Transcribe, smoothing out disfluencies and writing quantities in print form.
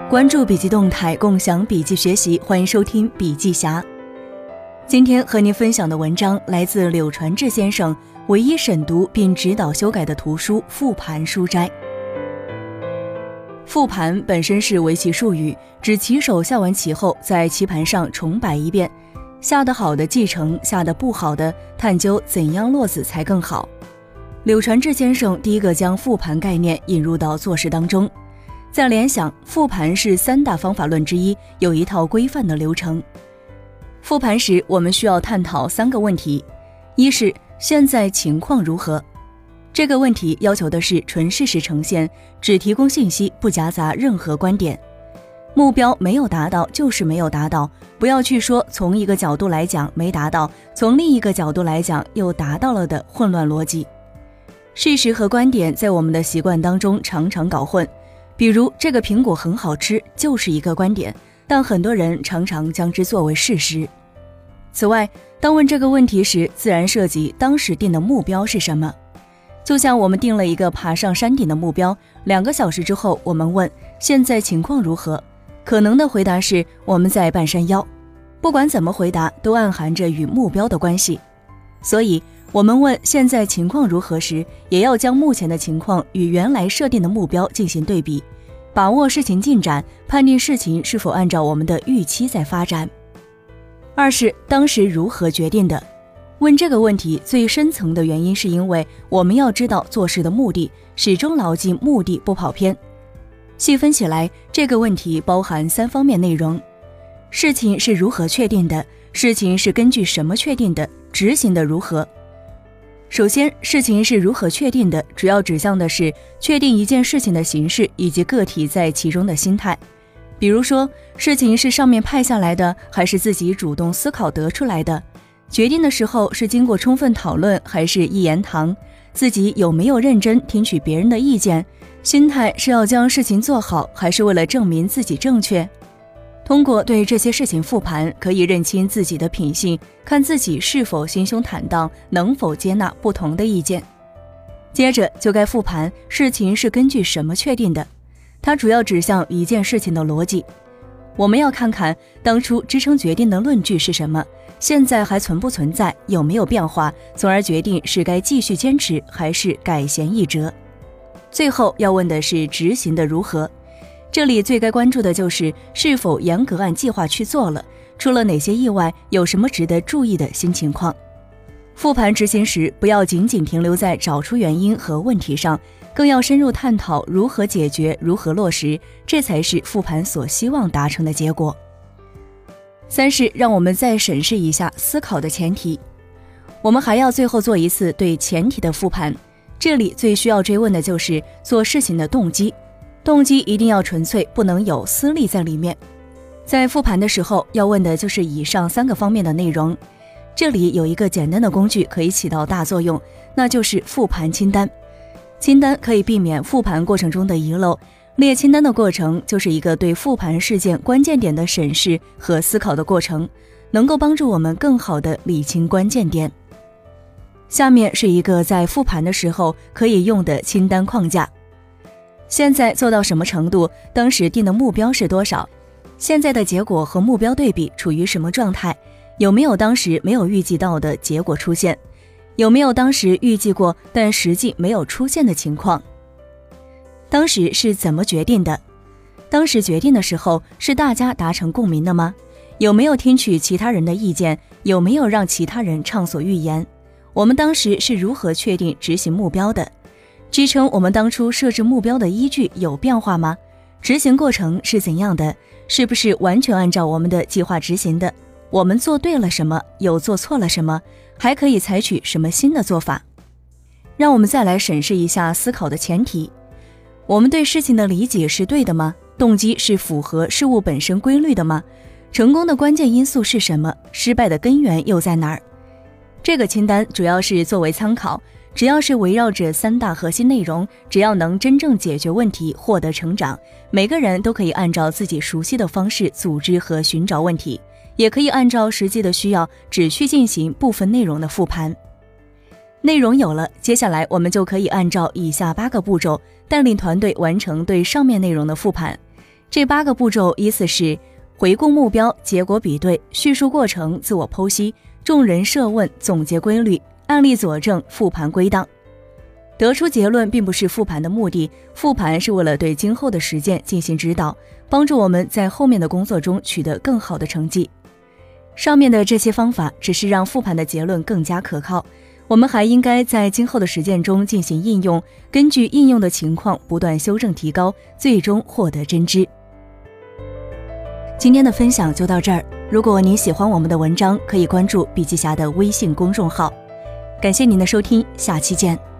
关注笔记动态，共享笔记学习，欢迎收听笔记侠。今天和您分享的文章来自柳传志先生唯一审读并指导修改的图书《复盘书斋》。复盘本身是围棋术语，指棋手下完棋后在棋盘上重摆一遍，下得好的继承，下得不好的探究怎样落子才更好。柳传志先生第一个将复盘概念引入到做事当中。在联想，复盘是三大方法论之一，有一套规范的流程。复盘时，我们需要探讨三个问题：一是现在情况如何？这个问题要求的是纯事实呈现，只提供信息，不夹杂任何观点。目标没有达到就是没有达到，不要去说从一个角度来讲没达到，从另一个角度来讲又达到了的混乱逻辑。事实和观点在我们的习惯当中常常搞混。比如这个苹果很好吃就是一个观点，但很多人常常将之作为事实。此外，当问这个问题时，自然涉及当时定的目标是什么。就像我们定了一个爬上山顶的目标，2个小时之后我们问现在情况如何，可能的回答是我们在半山腰。不管怎么回答，都暗含着与目标的关系。所以我们问现在情况如何时，也要将目前的情况与原来设定的目标进行对比，把握事情进展，判定事情是否按照我们的预期在发展。二是当时如何决定的。问这个问题最深层的原因是因为我们要知道做事的目的，始终牢记目的不跑偏。细分起来，这个问题包含3方面内容：事情是如何确定的，事情是根据什么确定的，执行的如何。首先，事情是如何确定的，主要指向的是确定一件事情的形式以及个体在其中的心态。比如说，事情是上面派下来的，还是自己主动思考得出来的？决定的时候是经过充分讨论，还是一言堂？自己有没有认真听取别人的意见？心态是要将事情做好，还是为了证明自己正确？通过对这些事情复盘，可以认清自己的品性，看自己是否心胸坦荡，能否接纳不同的意见。接着就该复盘事情是根据什么确定的，它主要指向一件事情的逻辑。我们要看看当初支撑决定的论据是什么，现在还存不存在，有没有变化，从而决定是该继续坚持还是改弦易辙。最后要问的是执行的如何。这里最该关注的就是是否严格按计划去做了，出了哪些意外，有什么值得注意的新情况。复盘执行时，不要仅仅停留在找出原因和问题上，更要深入探讨如何解决，如何落实，这才是复盘所希望达成的结果。三是让我们再审视一下思考的前提。我们还要最后做一次对前提的复盘，这里最需要追问的就是做事情的动机。动机一定要纯粹，不能有私利在里面。在复盘的时候，要问的就是以上3个方面的内容。这里有一个简单的工具可以起到大作用，那就是复盘清单。清单可以避免复盘过程中的遗漏，列清单的过程就是一个对复盘事件关键点的审视和思考的过程，能够帮助我们更好地理清关键点。下面是一个在复盘的时候可以用的清单框架。现在做到什么程度？当时定的目标是多少？现在的结果和目标对比处于什么状态？有没有当时没有预计到的结果出现？有没有当时预计过但实际没有出现的情况？当时是怎么决定的？当时决定的时候是大家达成共鸣的吗？有没有听取其他人的意见？有没有让其他人畅所欲言？我们当时是如何确定执行目标的？支撑我们当初设置目标的依据有变化吗？执行过程是怎样的？是不是完全按照我们的计划执行的？我们做对了什么？有做错了什么？还可以采取什么新的做法？让我们再来审视一下思考的前提。我们对事情的理解是对的吗？动机是符合事物本身规律的吗？成功的关键因素是什么？失败的根源又在哪儿？这个清单主要是作为参考，只要是围绕着3大核心内容，只要能真正解决问题，获得成长，每个人都可以按照自己熟悉的方式组织和寻找问题，也可以按照实际的需要只去进行部分内容的复盘。内容有了，接下来我们就可以按照以下8个步骤带领团队完成对上面内容的复盘。 这8个步骤依次是回顾目标、结果比对、叙述过程、自我剖析、众人设问、总结规律、案例佐证、复盘归档。得出结论并不是复盘的目的，复盘是为了对今后的实践进行指导，帮助我们在后面的工作中取得更好的成绩。上面的这些方法只是让复盘的结论更加可靠，我们还应该在今后的实践中进行应用，根据应用的情况不断修正提高，最终获得真知。今天的分享就到这儿，如果您喜欢我们的文章，可以关注笔记侠的微信公众号。感谢您的收听，下期见。